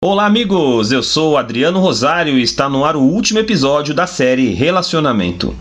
Olá, amigos! Eu sou o Adriano Rosário e está no ar o último episódio da série Relacionamento.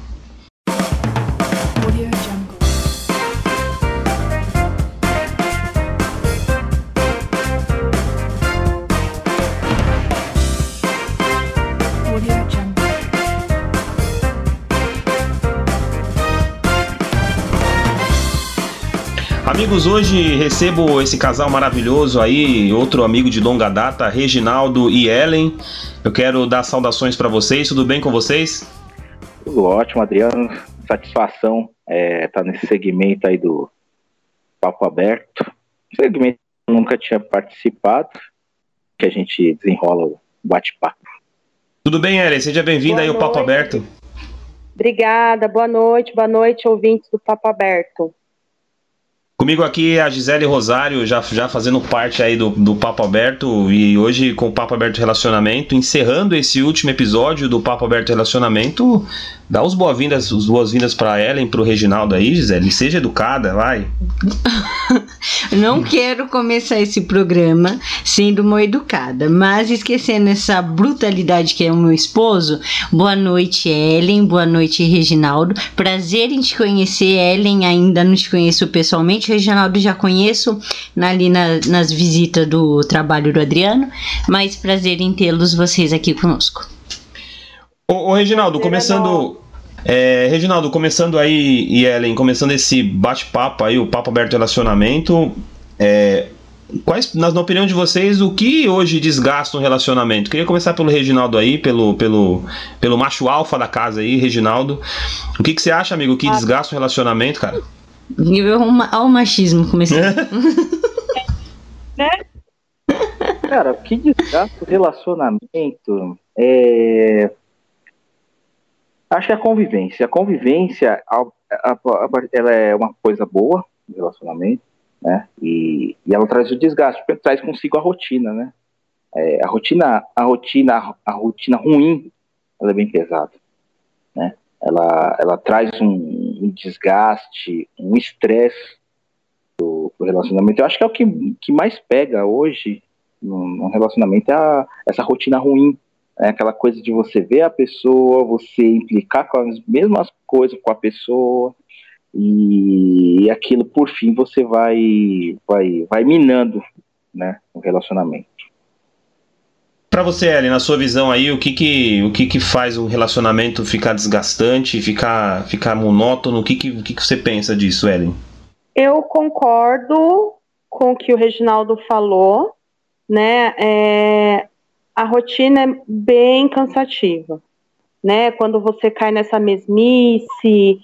Amigos, hoje recebo esse casal maravilhoso aí, outro amigo de longa data, Reginaldo e Ellen. Eu quero dar saudações para vocês, tudo bem com vocês? Tudo ótimo, Adriano. Satisfação estar nesse segmento aí do Papo Aberto. Segmento que eu nunca tinha participado, que a gente desenrola o bate-papo. Tudo bem, Ellen? Seja bem-vinda aí ao Papo Aberto. Obrigada, boa noite, ouvintes do Papo Aberto. Comigo aqui é a Gisele Rosário, já fazendo parte aí do Papo Aberto, e hoje com o Papo Aberto Relacionamento, encerrando esse último episódio do Papo Aberto Relacionamento. Dá as boas-vindas para Ellen, para o Reginaldo aí, Gisele. Seja educada, vai. Não quero começar esse programa sendo mal educada, mas esquecendo essa brutalidade que é o meu esposo. Boa noite, Ellen. Boa noite, Reginaldo. Prazer em te conhecer, Ellen. Ainda não te conheço pessoalmente. Reginaldo já conheço ali nas visitas do trabalho do Adriano, mas prazer em tê-los vocês aqui conosco. Ô Reginaldo, começando aí, e Ellen, começando esse bate-papo aí, o Papo Aberto Relacionamento, na opinião de vocês, o que hoje desgasta um relacionamento? Queria começar pelo Reginaldo aí, pelo macho alfa da casa aí, Reginaldo. O que você acha, amigo, que desgasta um relacionamento, cara? Olha o machismo começando. Cara, o que desgasta o relacionamento acho que a convivência. A convivência, ela é uma coisa boa no relacionamento, né? E ela traz o desgaste, porque traz consigo a rotina, né? A rotina ruim, ela é bem pesada, né? Ela traz um desgaste, um estresse do relacionamento. Eu acho que é o que mais pega hoje no relacionamento, essa rotina ruim. Aquela coisa de você ver a pessoa, você implicar com as mesmas coisas com a pessoa, e aquilo, por fim, você vai minando, né, o relacionamento. Pra você, Ellen, na sua visão aí, o que faz um relacionamento ficar desgastante, ficar monótono? O que você pensa disso, Ellen? Eu concordo com o que o Reginaldo falou, né? A rotina é bem cansativa, né? Quando você cai nessa mesmice,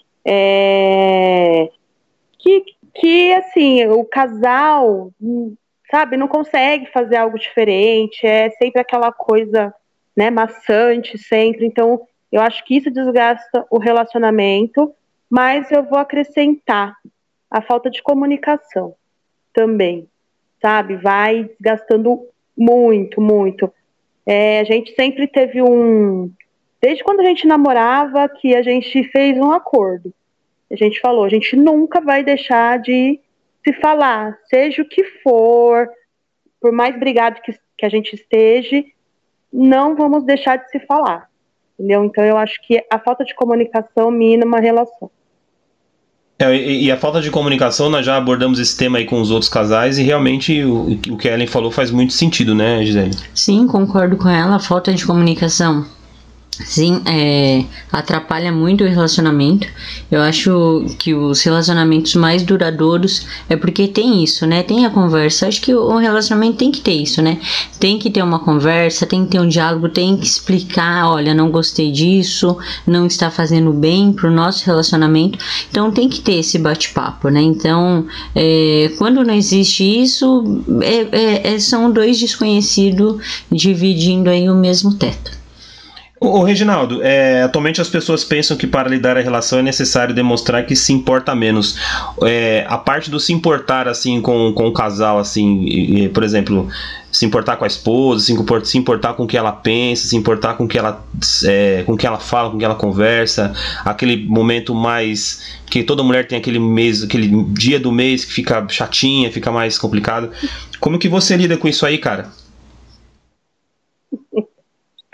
que assim, o casal, sabe, não consegue fazer algo diferente, é sempre aquela coisa, né, maçante sempre. Então, eu acho que isso desgasta o relacionamento, mas eu vou acrescentar a falta de comunicação também, sabe? Vai desgastando muito, muito. A gente sempre teve desde quando a gente namorava, que a gente fez um acordo. A gente falou, a gente nunca vai deixar de se falar, seja o que for, por mais brigado que a gente esteja, não vamos deixar de se falar, entendeu? Então eu acho que a falta de comunicação mina uma relação. E a falta de comunicação, nós já abordamos esse tema aí com os outros casais, e realmente o que a Ellen falou faz muito sentido, né, Gisele? Sim, concordo com ela. A falta de comunicação, sim, atrapalha muito o relacionamento. Eu acho que os relacionamentos mais duradouros é porque tem isso, né? Tem a conversa. Acho que o relacionamento tem que ter isso, né? Tem que ter uma conversa, tem que ter um diálogo, tem que explicar, olha, não gostei disso, não está fazendo bem pro nosso relacionamento. Então tem que ter esse bate-papo, né? Então, quando não existe isso, são dois desconhecidos dividindo aí o mesmo teto. Ô Reginaldo, atualmente as pessoas pensam que para lidar a relação é necessário demonstrar que se importa menos. A parte do se importar assim com o casal, assim, por exemplo, se importar com a esposa, se importar com o que ela pensa, se importar com o que ela fala, com o que ela conversa, aquele momento mais que toda mulher tem, aquele dia do mês que fica chatinha, fica mais complicado. Como que você lida com isso aí, cara?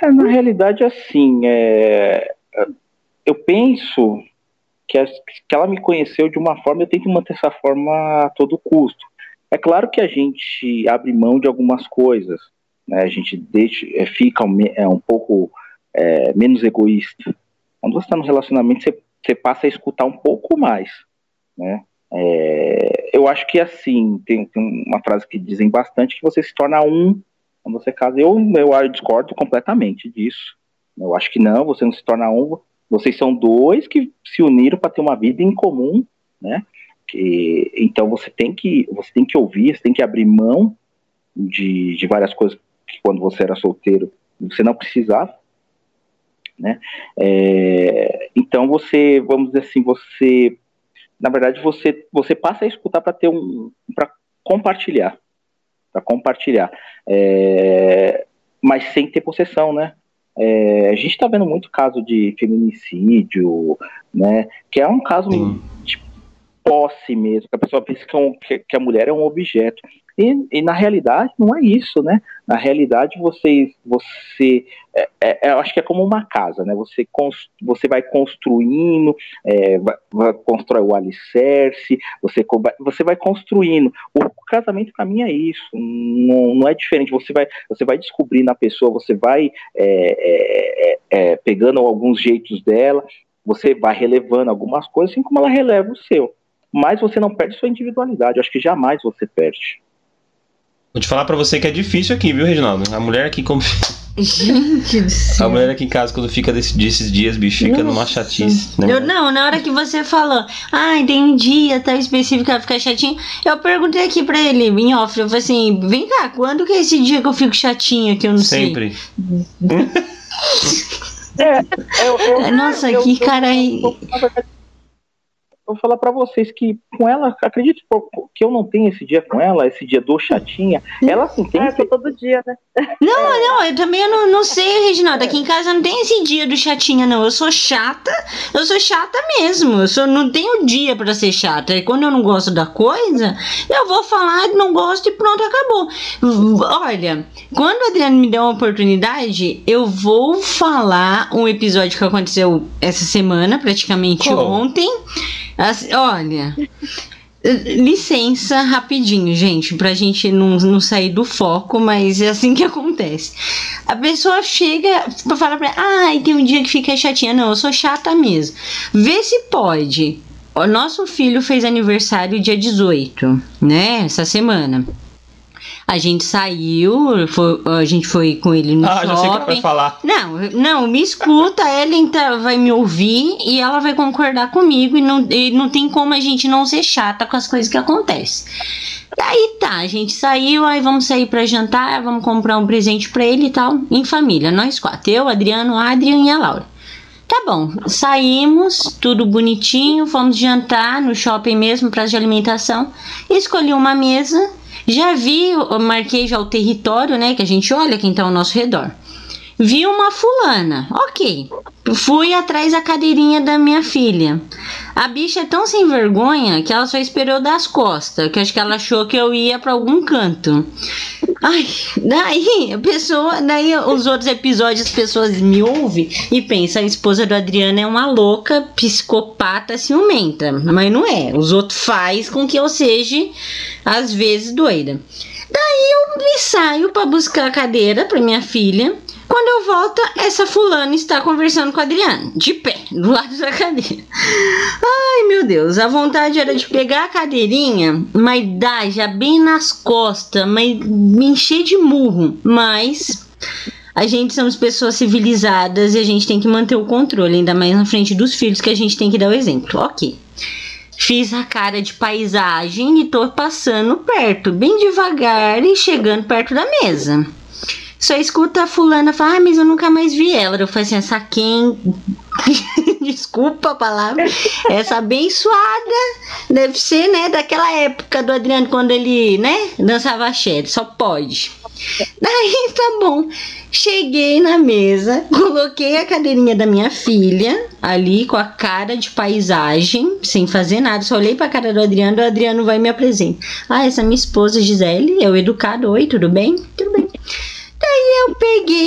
Na realidade, assim, eu penso que ela me conheceu de uma forma, eu tento manter essa forma a todo custo. É claro que a gente abre mão de algumas coisas, né? A gente fica um pouco menos egoísta. Quando você está no relacionamento, você passa a escutar um pouco mais, né? Eu acho que assim, tem uma frase que dizem bastante, que você se torna um quando você casa. Eu discordo completamente disso. Eu acho que não, você não se torna um. Vocês são dois que se uniram para ter uma vida em comum, né? Então você tem que ouvir, você tem que abrir mão de várias coisas que quando você era solteiro você não precisava, né? Então você, vamos dizer assim, na verdade você passa a escutar para compartilhar, mas sem ter possessão, né? A gente está vendo muito caso de feminicídio, né? Que é um caso de posse mesmo, que a pessoa pensa que a mulher é um objeto. E na realidade não é isso, né? Na realidade eu acho que é como uma casa, né? Você vai construindo, vai constrói o alicerce, você vai construindo. O casamento para mim é isso, não é diferente. Você vai descobrindo a pessoa, você vai pegando alguns jeitos dela, você vai relevando algumas coisas, assim como ela releva o seu. Mas você não perde sua individualidade. Eu acho que jamais você perde. Vou te falar pra você que é difícil aqui, viu, Reginaldo? A mulher aqui Gente do céu. A mulher aqui em casa, quando fica desses dias, bicho, fica numa chatice. Né? Na hora que você falou, tem um dia tal específico que ela fica chatinha, eu perguntei aqui pra ele, em off, eu falei assim, vem cá, quando que é esse dia que eu fico chatinha, que eu não Sempre. sei? Nossa, que cara aí. Vou falar pra vocês que com ela, acredito que eu não tenho esse dia com ela, esse dia do chatinha. Ela assim tem. Todo dia, né? Não, eu também não sei, Reginaldo. Aqui em casa não tem esse dia do chatinha, não. Eu sou chata mesmo. Não tenho dia pra ser chata. E quando eu não gosto da coisa, eu vou falar, não gosto e pronto, acabou. Olha, quando o Adriano me deu uma oportunidade, eu vou falar um episódio que aconteceu essa semana, praticamente ontem. Olha, licença rapidinho, gente, pra gente não sair do foco, mas é assim que acontece. A pessoa chega pra falar pra ela, tem um dia que fica chatinha. Não, eu sou chata mesmo. Vê se pode. O nosso filho fez aniversário dia 18, né, essa semana. A gente saiu, a gente foi com ele no shopping. Já sei o que ela vai falar. Não, me escuta, ela vai me ouvir e ela vai concordar comigo e não tem como a gente não ser chata com as coisas que acontecem. Daí a gente saiu, aí vamos sair pra jantar, vamos comprar um presente pra ele e tal, em família, nós quatro, eu, Adriano, Adrian e a Laura. Tá bom, saímos, tudo bonitinho, fomos jantar no shopping mesmo, praça de alimentação, escolhi uma mesa. Marquei já o território, né, que a gente olha quem tá ao nosso redor. Vi uma fulana, ok. Fui atrás da cadeirinha da minha filha. A bicha é tão sem vergonha que ela só esperou das costas, que acho que ela achou que eu ia pra algum canto. Daí os outros episódios as pessoas me ouvem e pensam, a esposa do Adriano é uma louca, psicopata, ciumenta. Mas não é, os outros faz com que eu seja, às vezes, doida. Daí eu saio pra buscar a cadeira pra minha filha. Quando eu volto, essa fulana está conversando com a Adriana, de pé, do lado da cadeira. Ai, meu Deus, a vontade era de pegar a cadeirinha, mas dar já bem nas costas, mas me encher de murro. Mas a gente somos pessoas civilizadas e a gente tem que manter o controle, ainda mais na frente dos filhos, que a gente tem que dar o exemplo. Ok. Fiz a cara de paisagem e tô passando perto, bem devagar e chegando perto da mesa. Só escuta a fulana falar, mas eu nunca mais vi ela. Eu falei assim, essa quem... Desculpa a palavra. Essa abençoada deve ser, né, daquela época do Adriano, quando ele, né, dançava axé. Só pode. Daí, tá bom. Cheguei na mesa, coloquei a cadeirinha da minha filha ali com a cara de paisagem, sem fazer nada. Só olhei pra cara do Adriano, o Adriano vai me apresentar. Essa é minha esposa, Gisele, eu educado. Oi, tudo bem? Tudo bem. Daí eu peguei,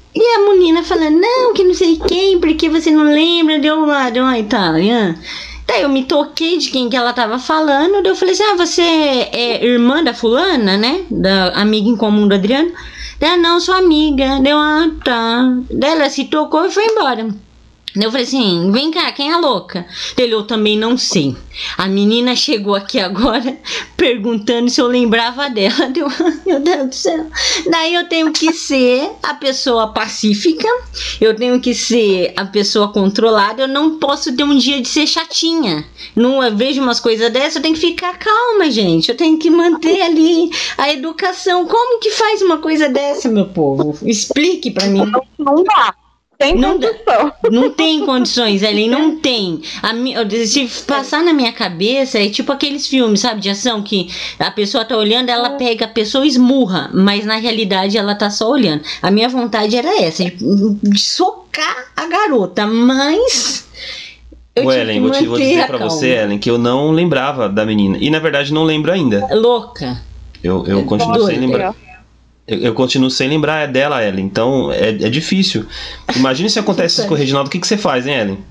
E a menina falando, não, que não sei quem, porque você não lembra, deu lá e tal. Daí eu me toquei de quem que ela tava falando, daí eu falei assim, você é irmã da fulana, né? Da amiga em comum do Adriano. Daí, não, sou amiga. Deu, tá. Daí ela se tocou e foi embora. Daí eu falei assim, vem cá, quem é a louca? Daí eu também não sei. A menina chegou aqui agora perguntando se eu lembrava dela. Deu, meu Deus do céu. Daí eu tenho que ser a pessoa pacífica, eu tenho que ser a pessoa controlada, eu não posso ter um dia de ser chatinha. Não, eu vejo umas coisas dessas, eu tenho que ficar calma, gente. Eu tenho que manter ali a educação. Como que faz uma coisa dessa, meu povo? Explique pra mim. Não dá. Não tem condições, Ellen, não tem. Se passar na minha cabeça, é tipo aqueles filmes, sabe, de ação, que a pessoa tá olhando, ela pega a pessoa e esmurra, mas na realidade ela tá só olhando. A minha vontade era essa, de socar a garota, mas... Ellen, vou dizer pra você, Ellen, que eu não lembrava da menina. E na verdade não lembro ainda. Louca. Eu continuo sem lembrar. Eu continuo sem lembrar dela, Ellen. Então é difícil. Imagina se acontece isso com o Reginaldo. O que você faz, hein, Ellen?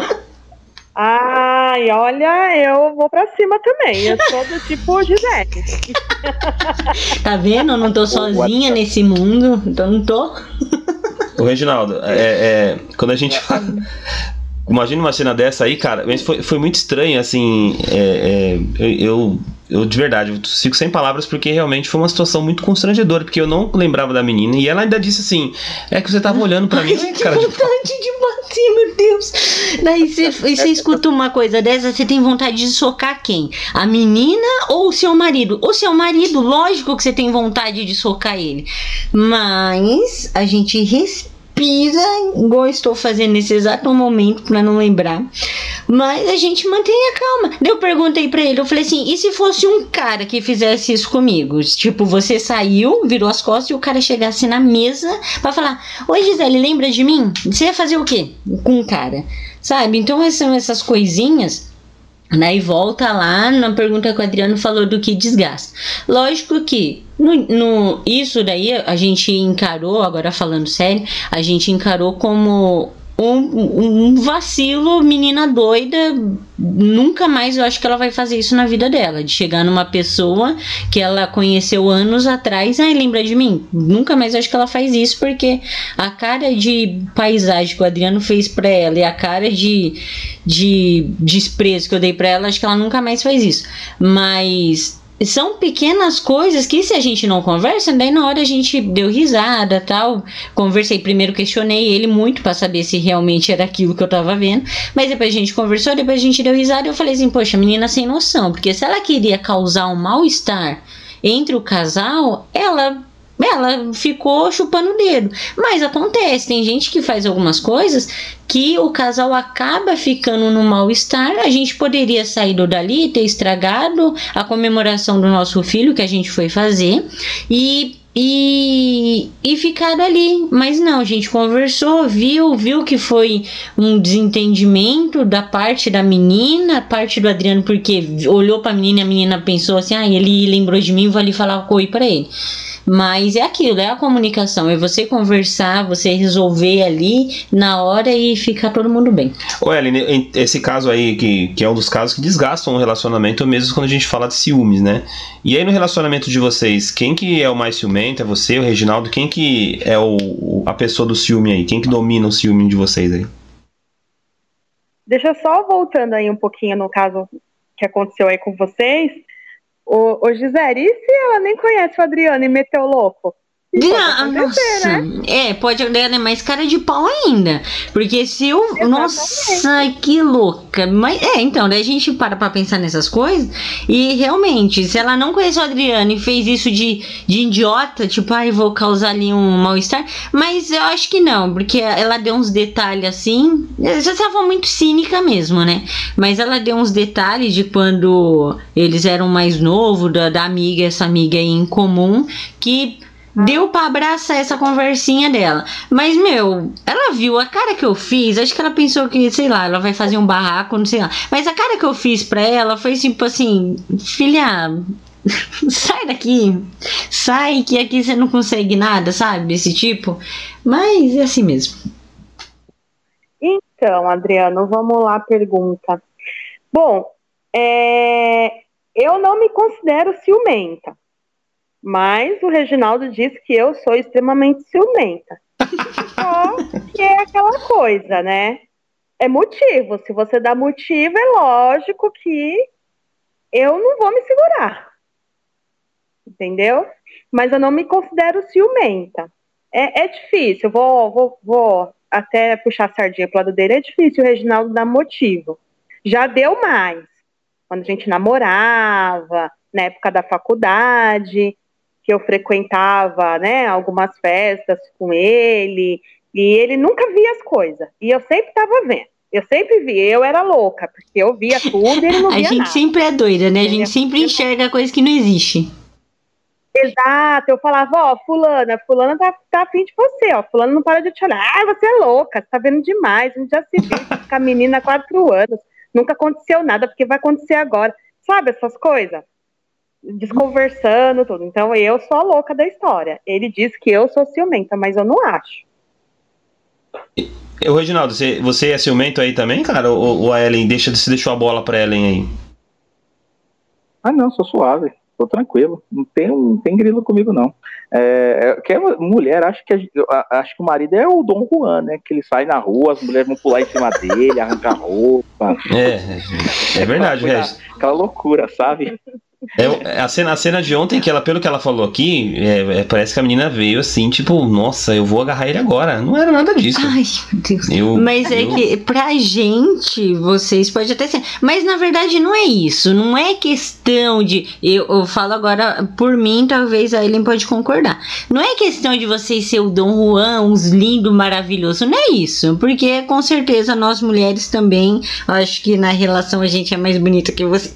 Ai, olha, eu vou pra cima também. Eu sou do tipo Gisele. Tá vendo? Eu não tô sozinha nesse mundo. Então não tô. O Reginaldo, quando a gente fala... Imagina uma cena dessa aí, cara. Mas foi muito estranho, assim. Eu de verdade, eu fico sem palavras, porque realmente foi uma situação muito constrangedora, porque eu não lembrava da menina, e ela ainda disse assim, é que você tava olhando pra mim. Ai, que cara vontade de bater, meu Deus. Daí você escuta uma coisa dessa, você tem vontade de socar quem? A menina ou o seu marido? O seu marido, lógico que você tem vontade de socar ele, mas a gente respira, igual eu estou fazendo nesse exato momento pra não lembrar, mas a gente mantém a calma. Daí eu perguntei pra ele, eu falei assim, e se fosse um cara que fizesse isso comigo? Tipo, você saiu, virou as costas e o cara chegasse na mesa pra falar, oi Gisele, lembra de mim? Você ia fazer o quê com o cara? Sabe? Então são essas coisinhas. Daí volta lá na pergunta que o Adriano falou do que desgasta. Lógico que isso daí a gente encarou, agora falando sério, a gente encarou como um vacilo, menina doida. Nunca mais eu acho que ela vai fazer isso na vida dela, de chegar numa pessoa que ela conheceu anos atrás, lembra de mim? Nunca mais eu acho que ela faz isso, porque a cara de paisagem que o Adriano fez pra ela e a cara de desprezo que eu dei pra ela, acho que ela nunca mais faz isso. Mas são pequenas coisas que, se a gente não conversa, daí na hora a gente deu risada, tal. Conversei primeiro, questionei ele muito pra saber se realmente era aquilo que eu tava vendo, mas depois a gente conversou, depois a gente deu risada e eu falei assim, poxa, menina sem noção, porque se ela queria causar um mal-estar entre o casal, ela ficou chupando o dedo. Mas acontece, tem gente que faz algumas coisas que o casal acaba ficando no mal-estar. A gente poderia sair dali, ter estragado a comemoração do nosso filho que a gente foi fazer e ficado ali, mas não, a gente conversou, viu que foi um desentendimento da parte da menina, parte do Adriano, porque olhou pra menina e a menina pensou assim, ele lembrou de mim, vou ali falar oi pra ele. Mas é aquilo, é a comunicação, é você conversar, você resolver ali na hora e ficar todo mundo bem. Ellen, esse caso aí, que é um dos casos que desgastam o relacionamento, mesmo quando a gente fala de ciúmes, né? E aí no relacionamento de vocês, quem que é o mais ciumento? É você, o Reginaldo? Quem que é a pessoa do ciúme aí? Quem que domina o ciúme de vocês aí? Deixa só voltando aí um pouquinho no caso que aconteceu aí com vocês. Ô Gisele, e se ela nem conhece o Adriano e meteu louco? Pode acontecer, mas cara de pau ainda. Porque se eu. Exatamente. Nossa, que louca. Mas então, daí a gente para pra pensar nessas coisas. E realmente, se ela não conhece o Adriano e fez isso de idiota, tipo, vou causar ali um mal-estar. Mas eu acho que não, porque ela deu uns detalhes assim. Já estava muito cínica mesmo, né? Mas ela deu uns detalhes de quando eles eram mais novos, da amiga, essa amiga aí em comum, que deu pra abraçar essa conversinha dela. Mas, ela viu a cara que eu fiz. Acho que ela pensou que, sei lá, ela vai fazer um barraco, não sei lá. Mas a cara que eu fiz pra ela foi tipo assim, filha, sai daqui, sai que aqui você não consegue nada, sabe? Desse tipo. Mas é assim mesmo. Então, Adriano, vamos lá, pergunta. Bom, eu não me considero ciumenta, mas o Reginaldo diz que eu sou extremamente ciumenta. Só que é aquela coisa, né? É motivo. Se você dá motivo, é lógico que eu não vou me segurar. Entendeu? Mas eu não me considero ciumenta. É difícil. Eu vou até puxar a sardinha pro lado dele. É difícil o Reginaldo dar motivo. Já deu mais. Quando a gente namorava, na época da faculdade, que eu frequentava, né, algumas festas com ele, e ele nunca via as coisas. E eu sempre estava vendo. Eu sempre vi. Eu era louca, porque eu via tudo e ele não via nada. A gente sempre é doida, né? A gente sempre enxerga coisa que não existe. Exato, eu falava, ó, fulana tá afim de você, ó, fulana não para de te olhar, você é louca, você tá vendo demais, a gente já se viu com a menina há 4 anos, nunca aconteceu nada, porque vai acontecer agora, sabe essas coisas? Desconversando, tudo, então eu sou a louca da história, ele diz que eu sou ciumenta, mas eu não acho. Ô, Reginaldo, você é ciumento aí também, cara, ou a Ellen, você deixou a bola pra Ellen aí? Ah, não, sou suave. Tô tranquilo, não tem grilo comigo, não. Que mulher, acho que o marido é o Dom Juan, né? Que ele sai na rua, as mulheres vão pular em cima dele, arrancar roupa. É verdade, Regis. Aquela loucura, sabe? A cena de ontem, pelo que ela falou aqui, parece que a menina veio assim, tipo, nossa, eu vou agarrar ele agora. Não era nada disso. Ai, meu Deus. Mas que pra gente, vocês podem até ser. Mas na verdade não é isso. Não é questão de. Eu falo agora por mim, talvez a Ellen pode concordar. Não é questão de vocês ser o Dom Juan, uns lindos, maravilhosos. Não é isso. Porque com certeza nós mulheres também, acho que na relação a gente é mais bonita que você.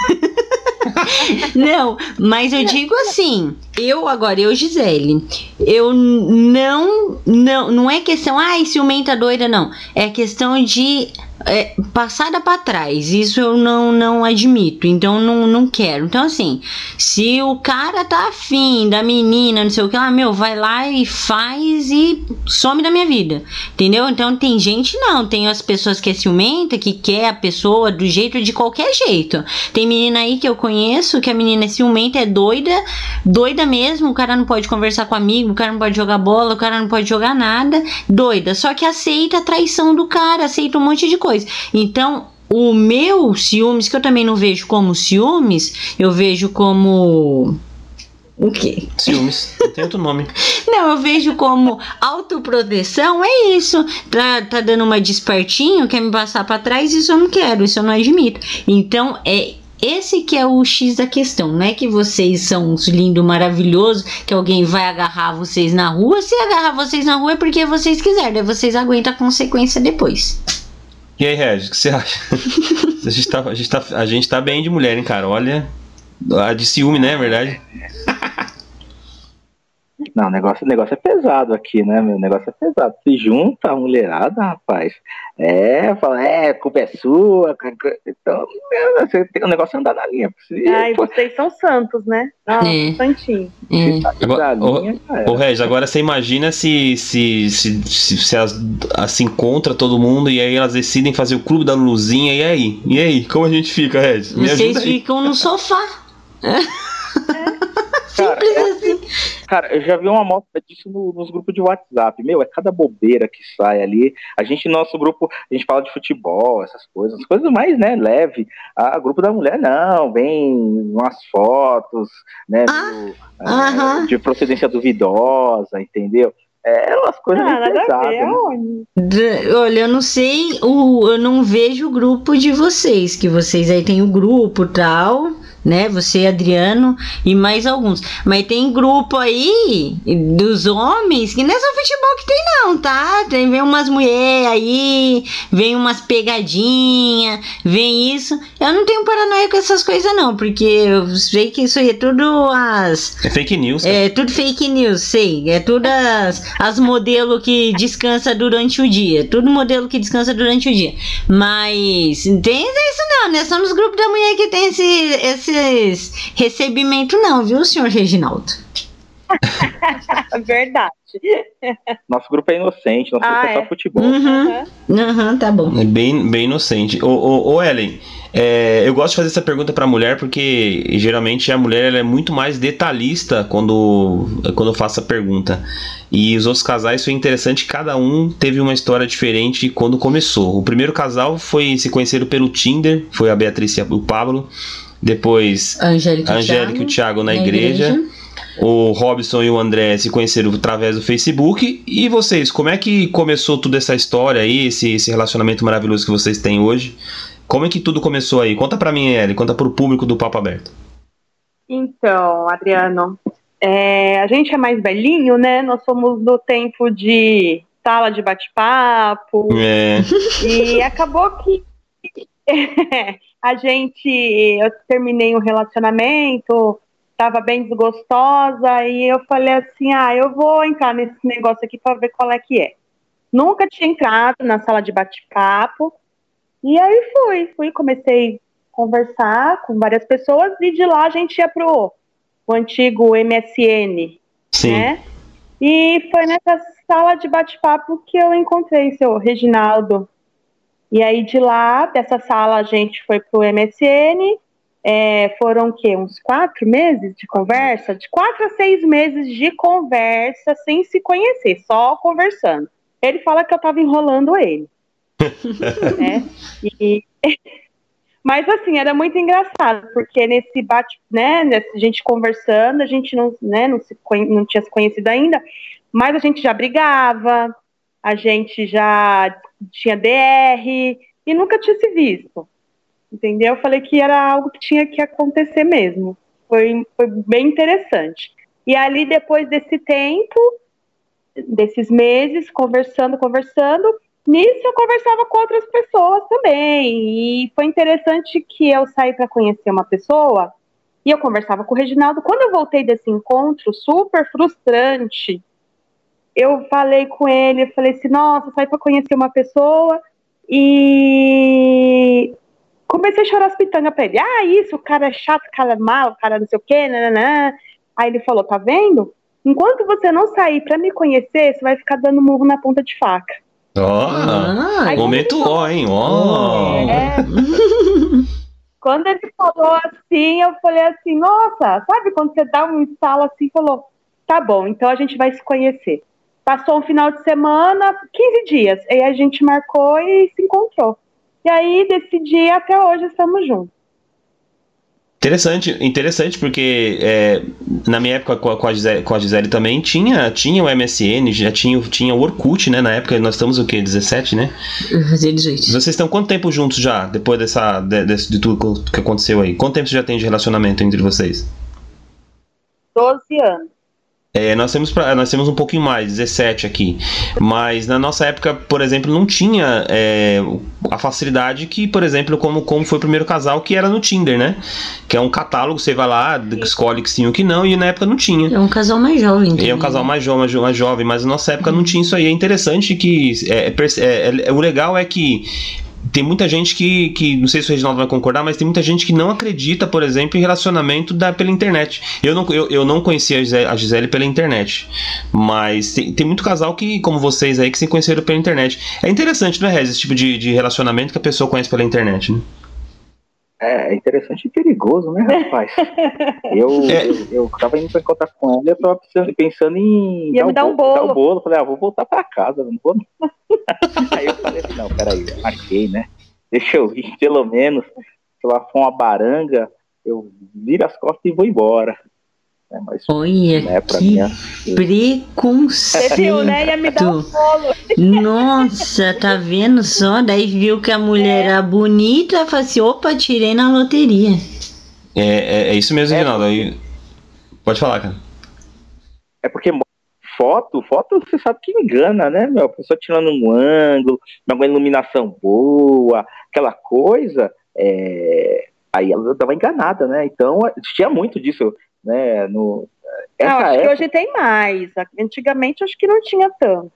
Não, mas eu digo assim, eu, Gisele, eu não é questão, ciumenta doida, não. É questão de passada pra trás. Isso eu não admito, então não quero. Então assim, se o cara tá afim da menina, não sei o que lá, vai lá e faz e some da minha vida, entendeu? Então tem gente tem as pessoas que é ciumenta, que quer a pessoa do jeito, de qualquer jeito. Tem menina aí que eu conheço, que a menina é ciumenta, é doida mesmo, o cara não pode conversar com amigo, o cara não pode jogar bola, o cara não pode jogar nada, doida, só que aceita a traição do cara, aceita um monte de coisa. Então, o meu ciúmes, que eu também não vejo como ciúmes, eu vejo como... O quê? Ciúmes, não tem outro nome. Não, eu vejo como autoproteção, é isso. Tá dando uma despertinho, quer me passar pra trás, isso eu não quero, isso eu não admito. Então, esse que é o X da questão. Não é que vocês são uns lindos, maravilhosos, que alguém vai agarrar vocês na rua. Se agarrar vocês na rua é porque vocês quiserem, daí vocês aguentam a consequência depois. E aí, Regis, o que você acha? a gente tá bem de mulher, hein, cara? Olha, de ciúme, né, é verdade? Não, o negócio é pesado aqui, né, meu? O negócio é pesado. Se junta a mulherada, rapaz. Fala, a culpa é sua. Então, o negócio é andar na linha. Vocês são santos, né? Santinho. Ô, Regis, agora você imagina se elas se encontram todo mundo e aí elas decidem fazer o clube da Luluzinha, e aí? E aí? Como a gente fica, Regis? Vocês ficam no sofá. Simples assim. Cara, eu já vi uma amostra disso nos grupos de WhatsApp. É cada bobeira que sai ali. Nosso grupo, a gente fala de futebol, essas coisas mais, né, leve. Grupo da mulher, não, vem umas fotos, né, de procedência duvidosa, entendeu? Umas coisas meio pesadas. Olha, eu não sei, eu não vejo o grupo de vocês, que vocês aí tem o grupo e tal, né? Você, Adriano e mais alguns. Mas tem grupo aí dos homens que não é só futebol que tem, não, tá? Vem umas mulheres aí, vem umas pegadinhas, vem isso. Eu não tenho paranoia com essas coisas, não, porque eu sei que isso aí é tudo É fake news. Cara. É tudo fake news, sei. É tudo as modelos que descansa durante o dia. Tudo modelo que descansa durante o dia. Mas tem isso não, né? Só nos grupos da mulher que tem fez recebimento não, viu, senhor Reginaldo? Verdade. Nosso grupo é inocente, nosso grupo é só futebol. Tá bom. É bem inocente. Ô Ellen, eu gosto de fazer essa pergunta pra mulher porque geralmente a mulher ela é muito mais detalhista quando eu faço a pergunta. E os outros casais foi interessante, cada um teve uma história diferente quando começou. O primeiro casal se conheceram pelo Tinder, foi a Beatriz e o Pablo. Depois a Angélica e o Thiago na igreja. O Robson e o André se conheceram através do Facebook. E vocês, como é que começou toda essa história aí, esse relacionamento maravilhoso que vocês têm hoje? Como é que tudo começou aí? Conta pra mim, Ellen, conta pro público do Papo Aberto. Então, Adriano, a gente é mais velhinho, né? Nós somos do tempo de sala de bate-papo. E acabou que eu terminei um relacionamento, tava bem desgostosa, e eu falei assim, eu vou entrar nesse negócio aqui para ver qual é que é. Nunca tinha entrado na sala de bate-papo, e aí comecei a conversar com várias pessoas, e de lá a gente ia pro antigo MSN, Sim. Né? E foi nessa sala de bate-papo que eu encontrei seu Reginaldo. E aí de lá, dessa sala, a gente foi pro MSN. Foram uns 4 meses de conversa? De 4 a 6 meses de conversa sem se conhecer, só conversando. Ele fala que eu tava enrolando ele. Né? Mas assim, era muito engraçado, porque nesse a gente conversando, a gente não tinha se conhecido ainda, mas a gente já brigava, a gente já tinha DR e nunca tinha se visto. Entendeu? Eu falei que era algo que tinha que acontecer mesmo. Foi bem interessante. E ali, depois desse tempo, desses meses, conversando, nisso eu conversava com outras pessoas também. E foi interessante que eu saí para conhecer uma pessoa e eu conversava com o Reginaldo. Quando eu voltei desse encontro super frustrante, eu falei com ele, eu falei assim, nossa, saí para conhecer uma pessoa e comecei a chorar as pitangas pra ele. O cara é chato, o cara é mau, o cara não sei o quê, nananã. Aí ele falou, tá vendo? Enquanto você não sair pra me conhecer, você vai ficar dando murro na ponta de faca. Momento hein? Quando ele falou assim, eu falei assim, nossa, sabe quando você dá um estalo assim, falou, tá bom, então a gente vai se conhecer. Passou um final de semana, 15 dias, aí a gente marcou e se encontrou. E aí, desse dia até hoje, estamos juntos. Interessante porque na minha época com a Gisele também tinha o MSN, já tinha o Orkut, né? Na época nós estamos 17, né? 18. Vocês estão quanto tempo juntos já, depois de tudo que aconteceu aí? Quanto tempo você já tem de relacionamento entre vocês? 12 anos. Nós temos um pouquinho mais, 17 aqui. Mas na nossa época, por exemplo, não tinha a facilidade que, por exemplo, como foi o primeiro casal, que era no Tinder, né? Que é um catálogo, você vai lá, escolhe que sim ou que não, e na época não tinha. É um casal mais jovem. Também. É um casal mais jovem, mas na nossa época não tinha isso aí. É interessante que o legal é que tem muita gente que, não sei se o Reginaldo vai concordar, mas tem muita gente que não acredita, por exemplo, em relacionamento pela internet. Eu não conhecia a Gisele pela internet, mas tem muito casal que, como vocês aí, que se conheceram pela internet. É interessante, não é, Rez, esse tipo de relacionamento que a pessoa conhece pela internet, né? É interessante e perigoso, né, rapaz? Eu tava indo pra encontrar com ela e eu tava pensando em dar um bolo. Falei, vou voltar pra casa, não vou. Aí eu falei assim, não, peraí, eu marquei, né? Deixa eu ir, pelo menos. Se lá for uma baranga, eu viro as costas e vou embora. Mas, olha, né, que preconceito. Você viu, né? Ia me dar um bolo. Nossa, tá vendo só? Daí viu que a mulher era bonita, falou assim, opa, tirei na loteria. É isso mesmo, Reginaldo. Aí... Pode falar, cara. É porque foto você sabe que engana, né, meu? A pessoa tirando um ângulo, uma iluminação boa, aquela coisa, aí ela dava enganada, né? Então, tinha muito disso, né? Acho que hoje tem mais. Antigamente, acho que não tinha tanto.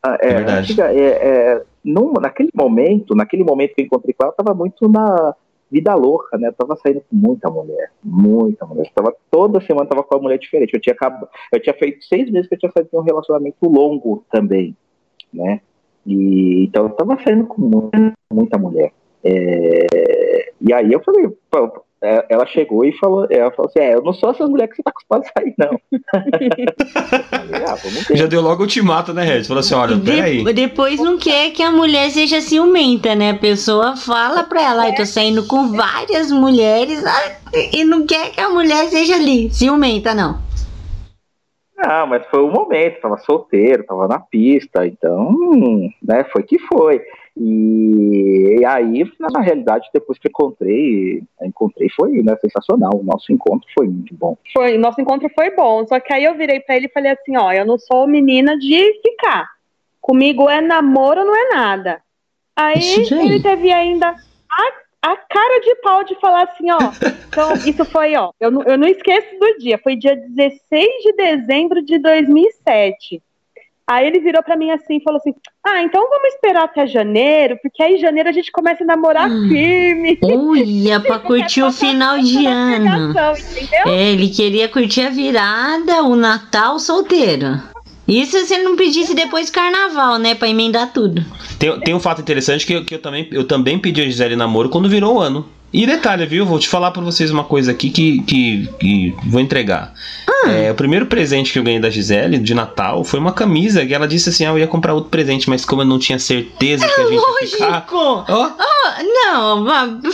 Verdade. Naquele momento que eu encontrei com ela, estava muito vida louca, né? Eu tava saindo com muita mulher. Toda semana tava com uma mulher diferente. Eu tinha feito 6 meses que eu tinha saído de um relacionamento longo também, né? E então eu tava saindo com muita mulher. E aí eu falei, ela chegou e falou assim, eu não sou essas mulheres que você tá acostumado a sair, não. Vamos ver. Já deu logo ultimato, né, Red? Falou assim, olha, peraí. Depois não quer que a mulher seja ciumenta, né? A pessoa fala pra ela, eu tô saindo com várias mulheres, e não quer que a mulher seja ali, ciumenta, não. Não, mas foi o momento, tava solteiro, tava na pista, então, né, foi que foi. E aí, na realidade, depois que encontrei, foi, né, sensacional. O nosso encontro foi muito bom. Nosso encontro foi bom, só que aí eu virei pra ele e falei assim, ó, eu não sou menina de ficar. Comigo é namoro ou não é nada. Aí ele teve ainda a cara de pau de falar assim, ó. Então, isso foi, ó, eu não esqueço do dia, foi dia 16 de dezembro de 2007. Aí ele virou pra mim assim e falou assim, então vamos esperar até janeiro, porque aí em janeiro a gente começa a namorar firme. Olha, pra curtir o final de ano. Entendeu? Ele queria curtir a virada, o Natal solteiro. Isso se ele não pedisse depois carnaval, né, pra emendar tudo. Tem um fato interessante que eu também pedi a Gisele namoro quando virou o ano. E detalhe, viu? Vou te falar pra vocês uma coisa aqui que vou entregar. O primeiro presente que eu ganhei da Gisele, de Natal, foi uma camisa que ela disse assim, eu ia comprar outro presente, mas como eu não tinha certeza que a gente ia ficar... Não,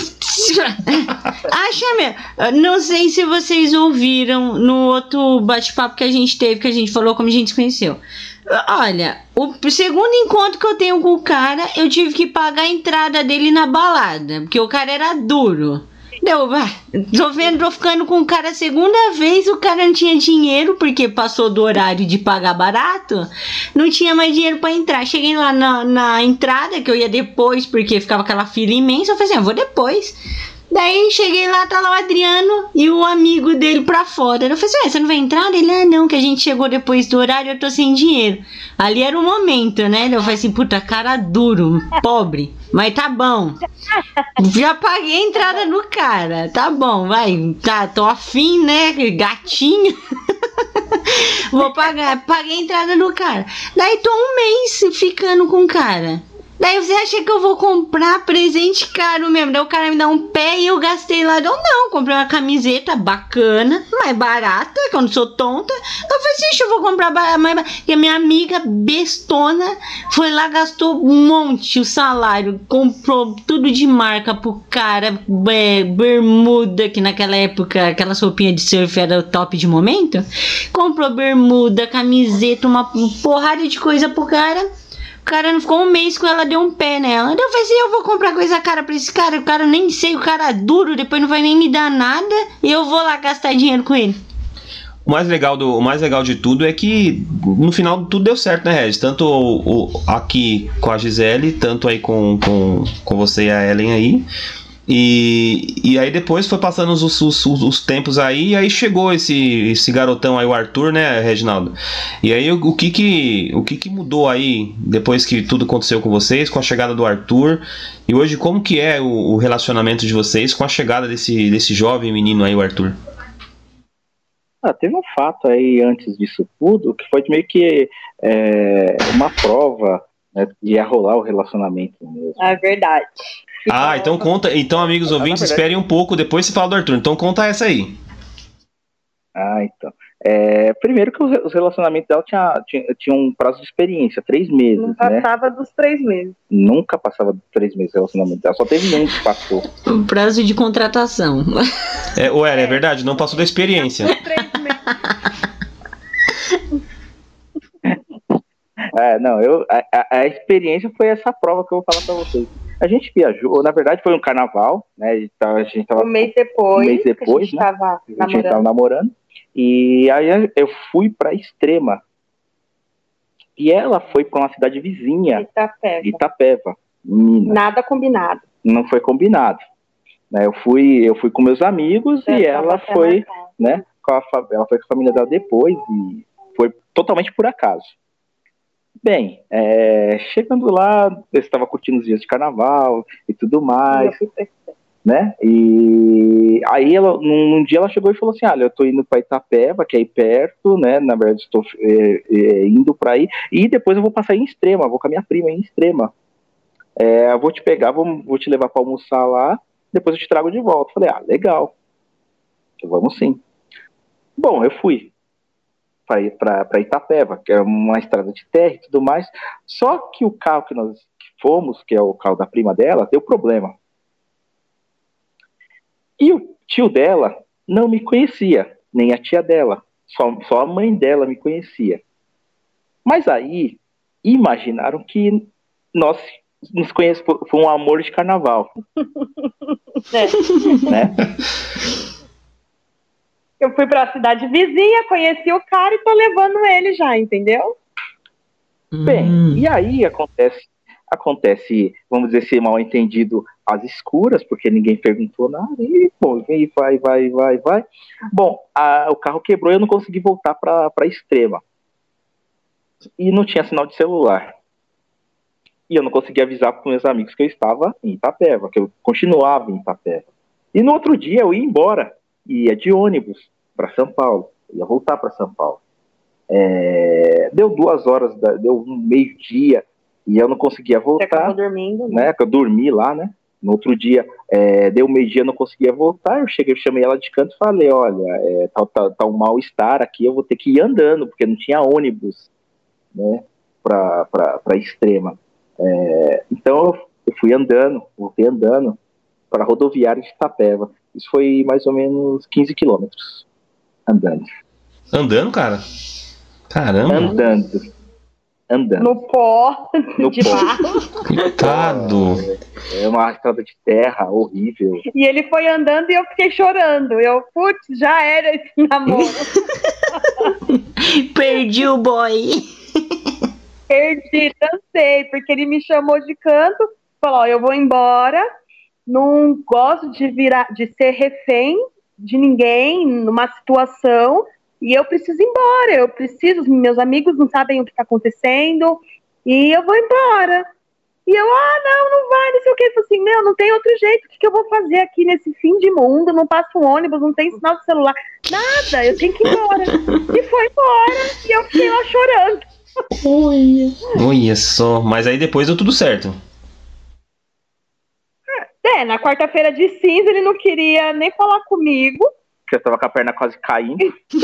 acha mesmo. Não sei se vocês ouviram no outro bate-papo que a gente teve, que a gente falou como a gente se conheceu. Olha, o segundo encontro que eu tenho com o cara, eu tive que pagar a entrada dele na balada, porque o cara era duro. Tô ficando com o cara a segunda vez, o cara não tinha dinheiro, porque passou do horário de pagar barato, não tinha mais dinheiro pra entrar. Cheguei lá na entrada, que eu ia depois, porque ficava aquela fila imensa, eu falei assim, vou depois. Daí cheguei lá, tá lá o Adriano e o amigo dele pra fora. Eu falei assim, você não vai entrar? Ele, não, que a gente chegou depois do horário, eu tô sem dinheiro. Ali era o momento, né? Eu falei assim, puta, cara duro, pobre, mas tá bom. Já paguei a entrada no cara, tá bom, vai, tô afim, né, gatinho. Vou pagar, paguei a entrada no cara. Daí tô um mês ficando com o cara. Daí você acha que eu vou comprar presente caro mesmo? Daí o cara me dá um pé e eu gastei lá. Eu não, comprei uma camiseta bacana, mais barata, que eu não sou tonta. Eu falei assim, eu vou comprar mais barata. E a minha amiga bestona foi lá, gastou um monte o salário, comprou tudo de marca pro cara, bermuda, que naquela época aquelas roupinhas de surf era o top de momento. Comprou bermuda, camiseta, uma porrada de coisa pro cara. O cara não ficou um mês com ela, deu um pé nela. Eu falei assim, eu vou comprar coisa cara pra esse cara. O cara nem sei, o cara é duro, depois não vai nem me dar nada. E eu vou lá gastar dinheiro com ele. O mais legal de tudo é que no final tudo deu certo, né, Regis? Tanto aqui com a Gisele, tanto aí com você e a Ellen aí. E aí depois foi passando os tempos aí, e aí chegou esse garotão aí, o Arthur, né, Reginaldo? E aí o que mudou aí depois que tudo aconteceu com vocês, com a chegada do Arthur? E hoje como que é o relacionamento de vocês com a chegada desse jovem menino aí, o Arthur? Teve um fato aí antes disso tudo, que foi meio que uma prova, né, de ia rolar o relacionamento mesmo. É verdade. Então conta. Então, amigos ouvintes, esperem um pouco, depois se fala do Arthur. Então conta essa aí. Então. Primeiro que os relacionamentos dela tinham um prazo de experiência, 3 meses. Não passava dos 3 meses. Nunca passava dos 3 meses o relacionamento dela, só teve um que passou. O prazo de contratação. É verdade, não passou da experiência. 3 meses. A experiência foi essa prova que eu vou falar pra vocês. A gente viajou, na verdade foi um carnaval, né? A gente tava um mês depois, a gente tava namorando. E aí eu fui pra Extrema. E ela foi pra uma cidade vizinha, Itapeva. Minas. Nada combinado. Não foi combinado. Né? Eu fui com meus amigos e ela foi, né? Ela foi com a família dela depois e foi totalmente por acaso. Bem, chegando lá, eu estava curtindo os dias de carnaval e tudo mais. né? E aí num dia ela chegou e falou assim, olha, eu tô indo para Itapeva, que é aí perto, né? Na verdade estou indo para aí, e depois eu vou passar em Extrema, vou com a minha prima em Extrema. Eu vou te pegar, vou te levar para almoçar lá, depois eu te trago de volta. Falei, legal, vamos sim. Bom, eu fui para Itapeva, que é uma estrada de terra e tudo mais, só que o carro que nós fomos, que é o carro da prima dela, deu problema. E o tio dela não me conhecia, nem a tia dela, só a mãe dela me conhecia. Mas aí, imaginaram que nós nos conhecemos, foi um amor de carnaval. Né? Eu fui pra cidade vizinha, conheci o cara e tô levando ele já, entendeu? Bem, e aí acontece, vamos dizer assim, mal entendido às escuras, porque ninguém perguntou nada, e bom, vai. Bom, o carro quebrou e eu não consegui voltar para Extrema. E não tinha sinal de celular. E eu não conseguia avisar para meus amigos que eu estava em Itapeva, que eu continuava em Itapeva. E no outro dia eu ia embora, ia de ônibus para São Paulo, ia voltar para São Paulo. Deu 2 horas, deu um meio-dia, e eu não conseguia voltar. Você acabou dormindo, né? Eu dormi lá, né? No outro dia, deu meio-dia, eu não conseguia voltar. Eu chamei ela de canto e falei, olha, tá um mal-estar aqui, eu vou ter que ir andando, porque não tinha ônibus, né, para Extrema. Então eu fui andando, voltei andando para a rodoviária de Itapeva. Isso foi mais ou menos 15 quilômetros andando. Andando, cara? Caramba. Andando. No pó de barro. Coitado. É uma estrada de terra horrível. E ele foi andando e eu fiquei chorando. Eu, putz, já era esse namoro. Perdi o boy. Perdi, dancei, porque ele me chamou de canto, falou, eu vou embora, não gosto de ser refém de ninguém numa situação, e eu preciso ir embora, meus amigos não sabem o que está acontecendo, e eu vou embora. E eu, não vai, não sei o que. Eu falei assim, não tem outro jeito, o que eu vou fazer aqui nesse fim de mundo? Não passa um ônibus, não tem sinal de celular, nada, eu tenho que ir embora. E foi embora, e eu fiquei lá chorando. Olha só, mas aí depois deu tudo certo. Na quarta-feira de cinza ele não queria nem falar comigo. Porque eu tava com a perna quase caindo.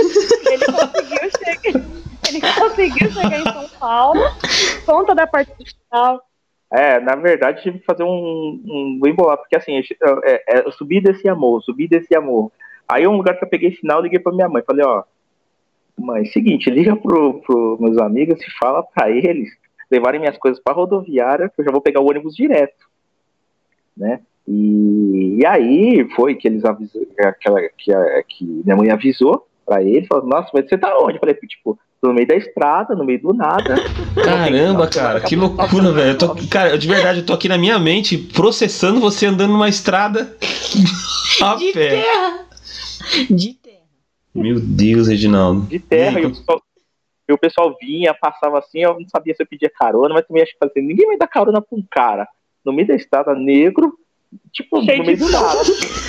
Ele conseguiu chegar em São Paulo, conta da parte final. Na verdade tive que fazer um bem bolado, porque assim, eu subi e desci amor. Aí um lugar que eu peguei sinal, liguei pra minha mãe, falei, mãe, seguinte, liga pro meus amigos e fala pra eles levarem minhas coisas pra rodoviária, que eu já vou pegar o ônibus direto, né? E aí foi que eles avisaram, que minha mãe avisou pra eles, falou, nossa, mas você tá onde? Eu falei, tipo, tô no meio da estrada, no meio do nada. Caramba, cara, que loucura, velho. Cara, de verdade, eu tô aqui na minha mente processando você andando numa estrada a de pé. terra. De terra. Meu Deus, Reginaldo. De terra, e o pessoal vinha, passava assim, eu não sabia se eu pedia carona, mas também acho que assim, ninguém vai dar carona pra um cara no meio da estrada, negro, tipo, no meio do nada.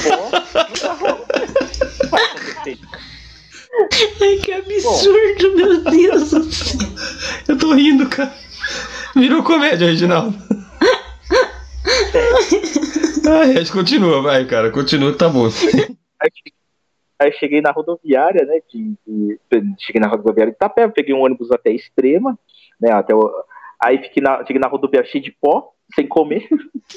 Vai acontecer. Ai, que absurdo, meu Deus do céu. Eu tô rindo, cara. Virou comédia, Reginaldo. Ai, continua, vai, cara. Continua, tá bom. Aí cheguei na rodoviária, né? Cheguei na rodoviária de Itapeva, peguei um ônibus até Extrema, né? Aí cheguei na rodoviária cheio de pó, sem comer.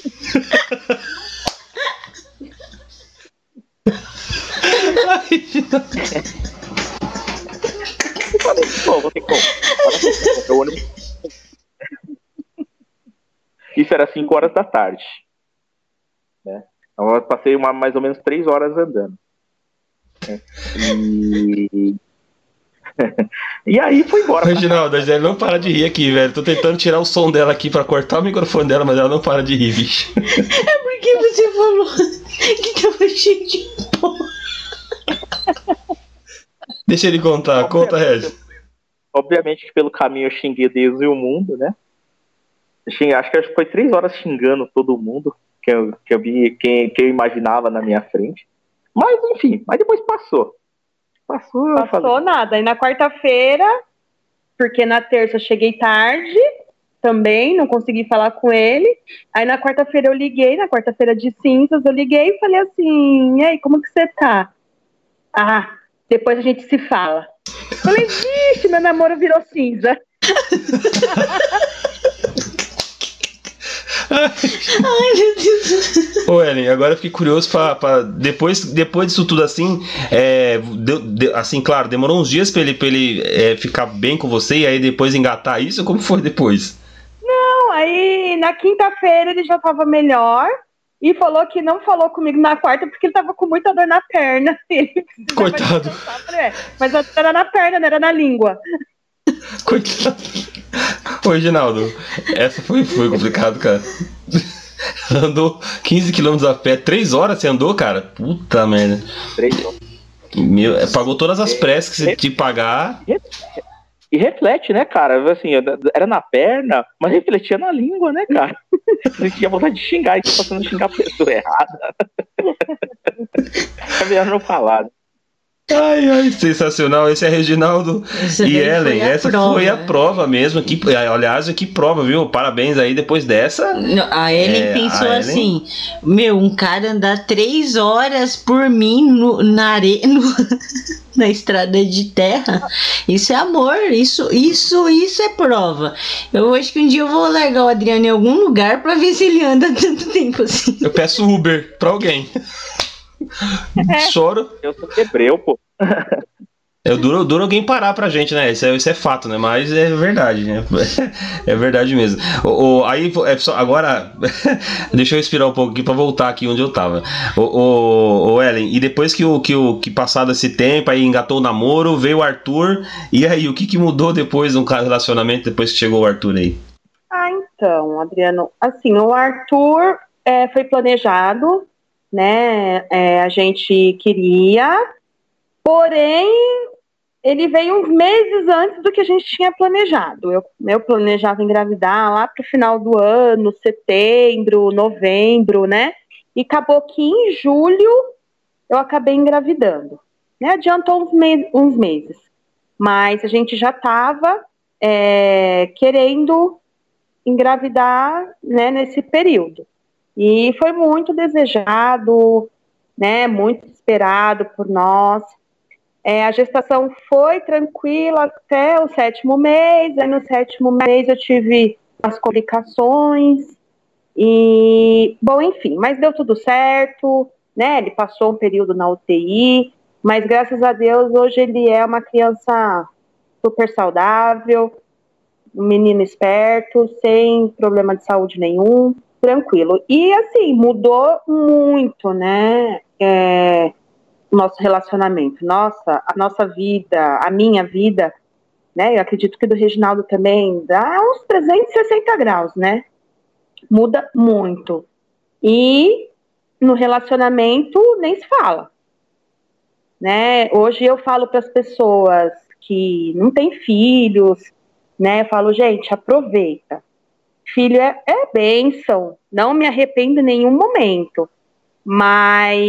Eu falei, vou ter como. Isso era 5 horas da tarde, né? Então eu passei mais ou menos 3 horas andando. E aí foi embora. Reginaldo, a Gisele não para de rir aqui, velho. Tô tentando tirar o som dela aqui pra cortar o microfone dela, mas ela não para de rir, bicho. É porque você falou que tava cheio de pó. Deixa ele contar, conta, Regis. Obviamente que pelo caminho eu xinguei Deus e o mundo, né? Acho que foi 3 horas xingando todo mundo, que eu vi, que eu imaginava na minha frente. Mas, enfim, mas depois passou. Passou nada. E na quarta-feira, porque na terça eu cheguei tarde, também, não consegui falar com ele. Aí na quarta-feira eu liguei, na quarta-feira de cinzas, eu liguei e falei assim, e aí, como que você tá? Ah, depois a gente se fala. Falei, vixe, meu namoro virou cinza. Ai, meu Deus. Ô, Ellen, agora eu fiquei curioso pra depois disso tudo assim, assim, claro, demorou uns dias pra ele ficar bem com você e aí depois engatar isso? Como foi depois? Não, aí na quinta-feira ele já tava melhor e falou que não falou comigo na quarta porque ele tava com muita dor na perna. Coitado. Mas era na perna, não era na língua. Coitado. Ô, Reginaldo, essa foi complicado, cara. Andou 15 km a pé, 3 horas você andou, cara? Puta merda. 3 horas. Pagou todas as pressas que você tinha que pagar. E reflete, né, cara? Assim, era na perna, mas refletia na língua, né, cara? Você tinha vontade de xingar e você passando a xingar a pessoa errada. É melhor não falar. Ai, sensacional. Esse é Reginaldo e Ellen. Essa foi a prova mesmo. Aliás, que prova, viu? Parabéns aí depois dessa. A Ellen pensou assim: um cara andar 3 horas por mim na estrada de terra. Isso é amor. Isso é prova. Eu acho que um dia eu vou largar o Adriano em algum lugar pra ver se ele anda tanto tempo assim. Eu peço Uber pra alguém. Choro. Eu sou hebreu, pô. Duro alguém parar pra gente, né? Isso é fato, né? Mas é verdade, né? É verdade mesmo. Aí, agora, deixa eu respirar um pouco aqui pra voltar aqui onde eu tava. Ellen, e depois que passado esse tempo, aí engatou o namoro, veio o Arthur, e aí, o que mudou depois no relacionamento, depois que chegou o Arthur aí? Então, Adriano, assim, o Arthur foi planejado, né? A gente queria, porém ele veio uns meses antes do que a gente tinha planejado. Eu planejava engravidar lá pro final do ano, setembro, novembro, né? E acabou que em julho eu acabei engravidando, né? Adiantou uns meses, mas a gente já estava querendo engravidar, né, nesse período. E foi muito desejado, né, muito esperado por nós. A gestação foi tranquila até o 7º mês. Aí no 7º mês eu tive as complicações. E, bom, enfim, mas deu tudo certo, né? Ele passou um período na UTI, mas graças a Deus hoje ele é uma criança super saudável, um menino esperto, sem problema de saúde nenhum. Tranquilo. E assim, mudou muito, né? O nosso relacionamento. A nossa vida, a minha vida, né? Eu acredito que do Reginaldo também dá uns 360 graus, né? Muda muito. E no relacionamento nem se fala, né? Hoje eu falo para as pessoas que não têm filhos, né? Eu falo, gente, aproveita. Filho é bênção, não me arrependo em nenhum momento, mas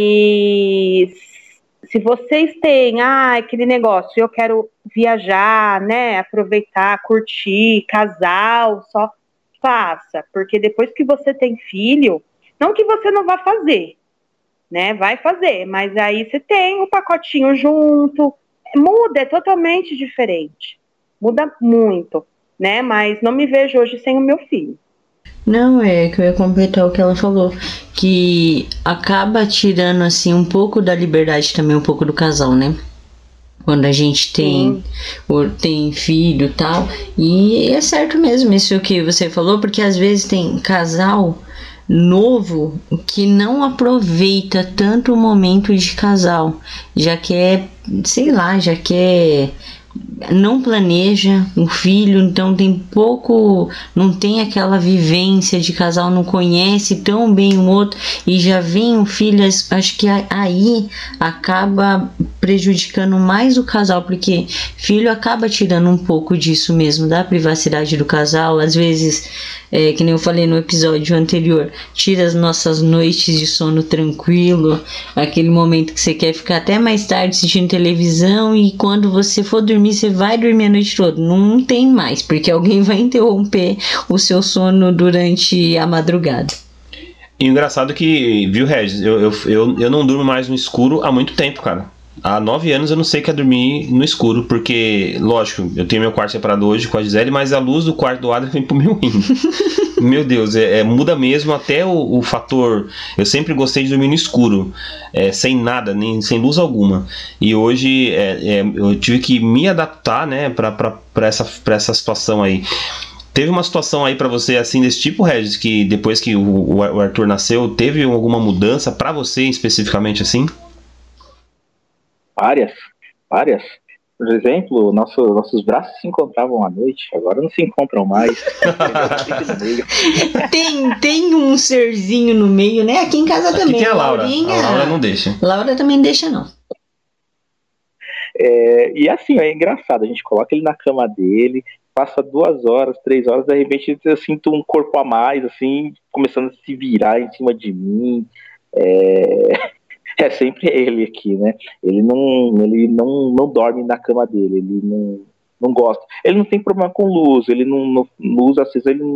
se vocês têm aquele negócio, eu quero viajar, né, aproveitar, curtir, casal, só faça, porque depois que você tem filho, não que você não vá fazer, né, vai fazer, mas aí você tem um pacotinho junto, muda, é totalmente diferente, muda muito. Né? Mas não me vejo hoje sem o meu filho. Não, que eu ia completar o que ela falou, que acaba tirando assim um pouco da liberdade também, um pouco do casal, né? Quando a gente tem filho e tal. E é certo mesmo isso que você falou, porque às vezes tem casal novo que não aproveita tanto o momento de casal, já quer, sei lá, não planeja um filho, então não tem aquela vivência de casal, não conhece tão bem o outro e já vem um filho. Acho que aí acaba prejudicando mais o casal, porque filho acaba tirando um pouco disso mesmo, da privacidade do casal. Às vezes, que nem eu falei no episódio anterior, tira as nossas noites de sono tranquilo, aquele momento que você quer ficar até mais tarde assistindo televisão, e quando você for dormir, você vai dormir a noite toda. Não tem mais, porque alguém vai interromper o seu sono durante a madrugada. E o engraçado é que, viu, Regis, eu não durmo mais no escuro há muito tempo, cara. Há 9 anos eu não sei o que é dormir no escuro, porque, lógico, eu tenho meu quarto separado hoje com a Gisele, mas a luz do quarto do Adrian vem pro meu rim. Meu Deus, muda mesmo até o fator. Eu sempre gostei de dormir no escuro, sem nada, nem sem luz alguma. E hoje eu tive que me adaptar, né, pra essa situação aí. Teve uma situação aí pra você assim desse tipo, Regis, que depois que o Arthur nasceu, teve alguma mudança pra você especificamente assim? Várias. Por exemplo, nossos braços se encontravam à noite, agora não se encontram mais. Tem um serzinho no meio, né? Aqui em casa Aqui também. tem a Laura. Laurinha, A Laura não deixa. Laura também não deixa, não. E assim, é engraçado, a gente coloca ele na cama dele, passa 2 horas, 3 horas, de repente eu sinto um corpo a mais, assim, começando a se virar em cima de mim. É sempre ele aqui, né? Ele não dorme na cama dele, ele não gosta. Ele não tem problema com luz, ele não luz, às vezes ele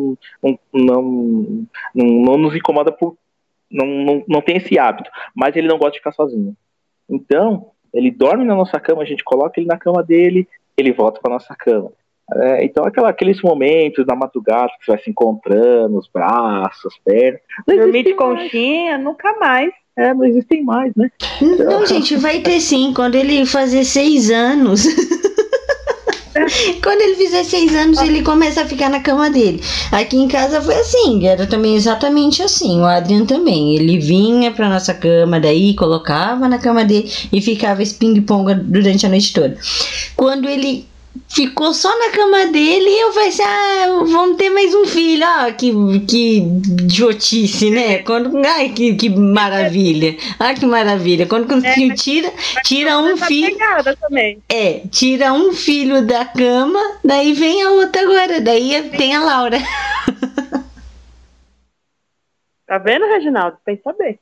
não nos incomoda por não tem esse hábito, mas ele não gosta de ficar sozinho. Então, ele dorme na nossa cama, a gente coloca ele na cama dele, ele volta para nossa cama. Então, aqueles momentos na madrugada que você vai se encontrando, os braços, as pernas. Dormir de conchinha, nunca mais. Não existem mais, né? Não, gente, vai ter sim, quando ele fazer 6 anos. Quando ele fizer 6 anos, ele começa a ficar na cama dele. Aqui em casa foi assim, era também exatamente assim. O Adrian também, ele vinha pra nossa cama, daí colocava na cama dele e ficava esse ping-pong durante a noite toda. Quando ele ficou só na cama dele, eu falei assim, vamos ter mais um filho, que idiotice, né? Que maravilha, que maravilha. Quando tira um filho, também. Tira um filho da cama, daí vem a outra agora, daí tem a Laura. Tá vendo, Reginaldo? Pensa bem.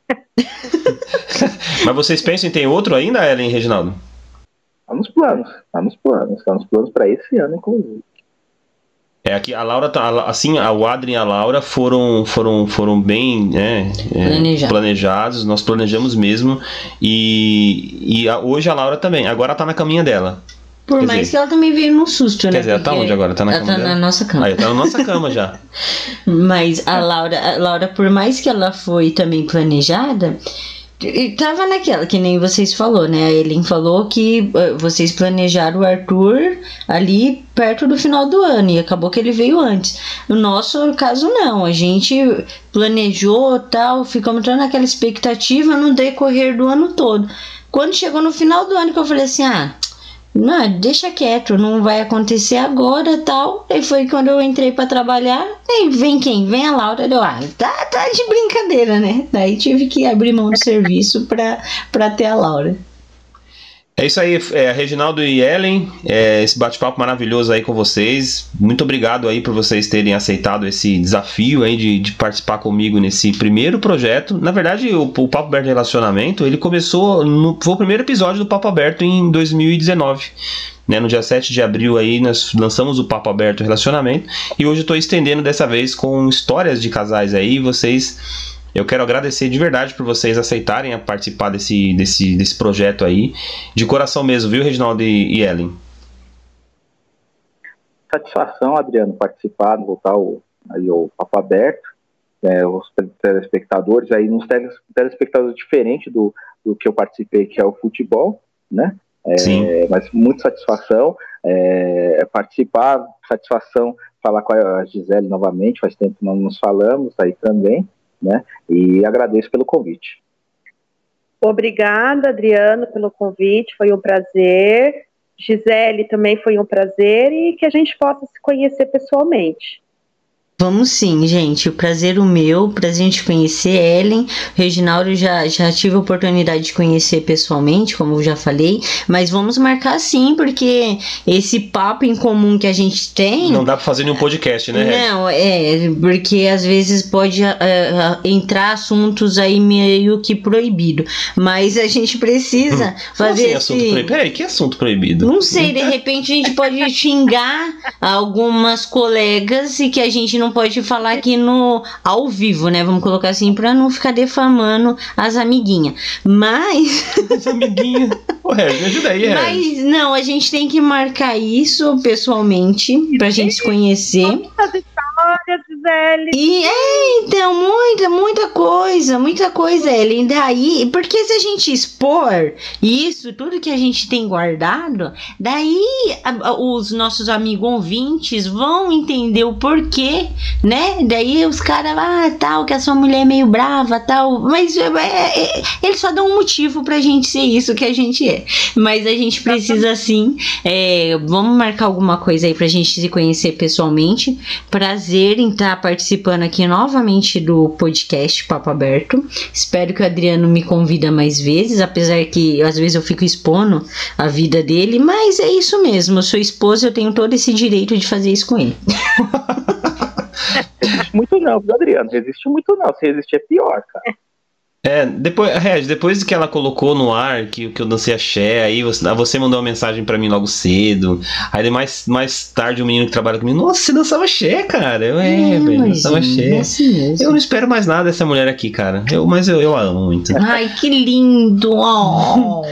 Mas vocês pensam em ter outro ainda, Ellen e Reginaldo? Tá nos planos para esse ano, inclusive. Aqui a Laura assim, o Adrien e a Laura foram bem planejados, nós planejamos mesmo, e hoje a Laura também, agora tá na caminha dela. Por mais que ela também veio num susto, né? Quer dizer, ela tá onde agora? Tá na cama dela? Na nossa cama. Aí, tá na nossa cama já. Mas a Laura, por mais que ela foi também planejada, tava naquela, que nem vocês falou, né? A Ellen falou que vocês planejaram o Arthur ali perto do final do ano e acabou que ele veio antes. No nosso caso, não. A gente planejou tal, ficamos toda naquela expectativa no decorrer do ano todo. Quando chegou no final do ano que eu falei assim, não, deixa quieto, não vai acontecer agora, tal. E foi quando eu entrei pra trabalhar, aí vem quem? Vem a Laura, tá de brincadeira, né? Daí tive que abrir mão do serviço pra ter a Laura. É isso aí, Reginaldo e Ellen, esse bate-papo maravilhoso aí com vocês. Muito obrigado aí por vocês terem aceitado esse desafio aí de participar comigo nesse primeiro projeto. Na verdade, o Papo Aberto de Relacionamento, ele começou, foi o primeiro episódio do Papo Aberto em 2019. Né, no dia 7 de abril aí nós lançamos o Papo Aberto Relacionamento e hoje eu estou estendendo dessa vez com histórias de casais aí. Eu quero agradecer de verdade por vocês aceitarem a participar desse projeto aí. De coração mesmo, viu, Reginaldo e Ellen? Satisfação, Adriano, participar, voltar o Papo Aberto. Os telespectadores, aí uns telespectadores diferentes do que eu participei, que é o futebol, né? Sim. Mas muita satisfação participar, satisfação falar com a Gisele novamente, faz tempo que não nos falamos aí também, né? E agradeço pelo convite. Obrigada, Adriano, pelo convite, foi um prazer. Gisele, também foi um prazer, e que a gente possa se conhecer pessoalmente. Vamos sim, gente. O prazer o meu, prazer em te conhecer, Ellen. Reginaldo já tive a oportunidade de conhecer pessoalmente, como eu já falei, mas vamos marcar sim, porque esse papo em comum que a gente tem... Não dá pra fazer nenhum podcast, né, Regi? Não, porque às vezes pode entrar assuntos aí meio que proibido, mas a gente precisa fazer assim, assunto proibido? Peraí, que assunto proibido? Não sei, de repente a gente pode xingar algumas colegas e que a gente não pode falar aqui ao vivo, né? Vamos colocar assim, pra não ficar defamando as amiguinhas. Mas... As amiguinhas... Ô, Regi, me ajuda aí, Regi. Mas, não, a gente tem que marcar isso pessoalmente, pra gente se conhecer. Muitas histórias, Gisele. E, então, muita coisa, Ellen. Daí, porque se a gente expor isso, tudo que a gente tem guardado, daí os nossos amigos ouvintes vão entender o porquê, né? Daí os caras, tal, que a sua mulher é meio brava, tal. Mas eles só dão um motivo pra gente ser isso que a gente é. Mas a gente precisa, sim, vamos marcar alguma coisa aí pra gente se conhecer pessoalmente. Prazer em estar participando aqui novamente do podcast Papo Aberto. Espero que o Adriano me convida mais vezes, apesar que às vezes eu fico expondo a vida dele, mas é isso mesmo, eu sou esposa, eu tenho todo esse direito de fazer isso com ele. Muito não, viu, Adriano? Resiste muito não, se resistir é pior, cara. Depois que ela colocou no ar que eu dancei axé, aí você mandou uma mensagem pra mim logo cedo. Aí mais tarde o menino que trabalha comigo, nossa, você dançava axé, cara. Eu dançava axé. Eu não espero mais nada dessa mulher aqui, cara. Mas eu a amo muito. Ai, que lindo! Oh.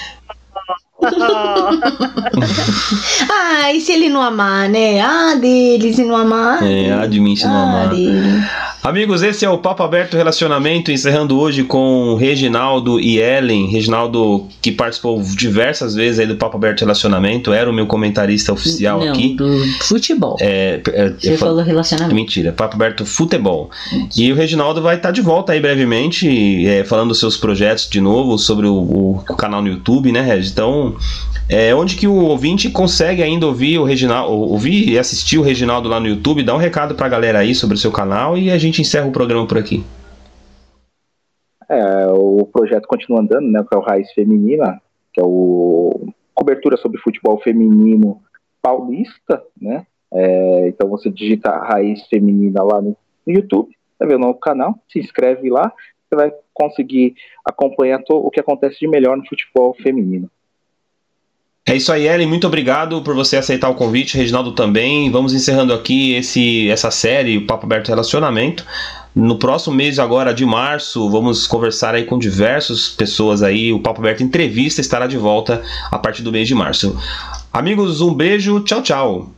E se ele não amar, né? Dele, se não amar. De mim se não amar. Dele. Amigos, esse é o Papo Aberto Relacionamento, encerrando hoje com Reginaldo e Ellen. Reginaldo, que participou diversas vezes aí do Papo Aberto Relacionamento, era o meu comentarista oficial aqui. Do futebol. Você falou relacionamento. Mentira, Papo Aberto Futebol. E o Reginaldo vai estar de volta aí brevemente, falando dos seus projetos de novo, sobre o canal no YouTube, né, Regi? Então, onde que o ouvinte consegue ainda ouvir o Reginaldo, ouvir e assistir o Reginaldo lá no YouTube? Dá um recado pra galera aí sobre o seu canal e a gente encerra o programa por aqui. O projeto continua andando, né? Que é o Raiz Feminina, que é o cobertura sobre futebol feminino paulista, né? Então você digita Raiz Feminina lá no YouTube, vai ver o novo canal, se inscreve lá, você vai conseguir acompanhar o que acontece de melhor no futebol feminino. É isso aí, Ellen, muito obrigado por você aceitar o convite, Reginaldo também. Vamos encerrando aqui essa série, o Papo Aberto Relacionamento. No próximo mês agora de março, vamos conversar aí com diversas pessoas aí. O Papo Aberto Entrevista estará de volta a partir do mês de março. Amigos, um beijo, tchau, tchau.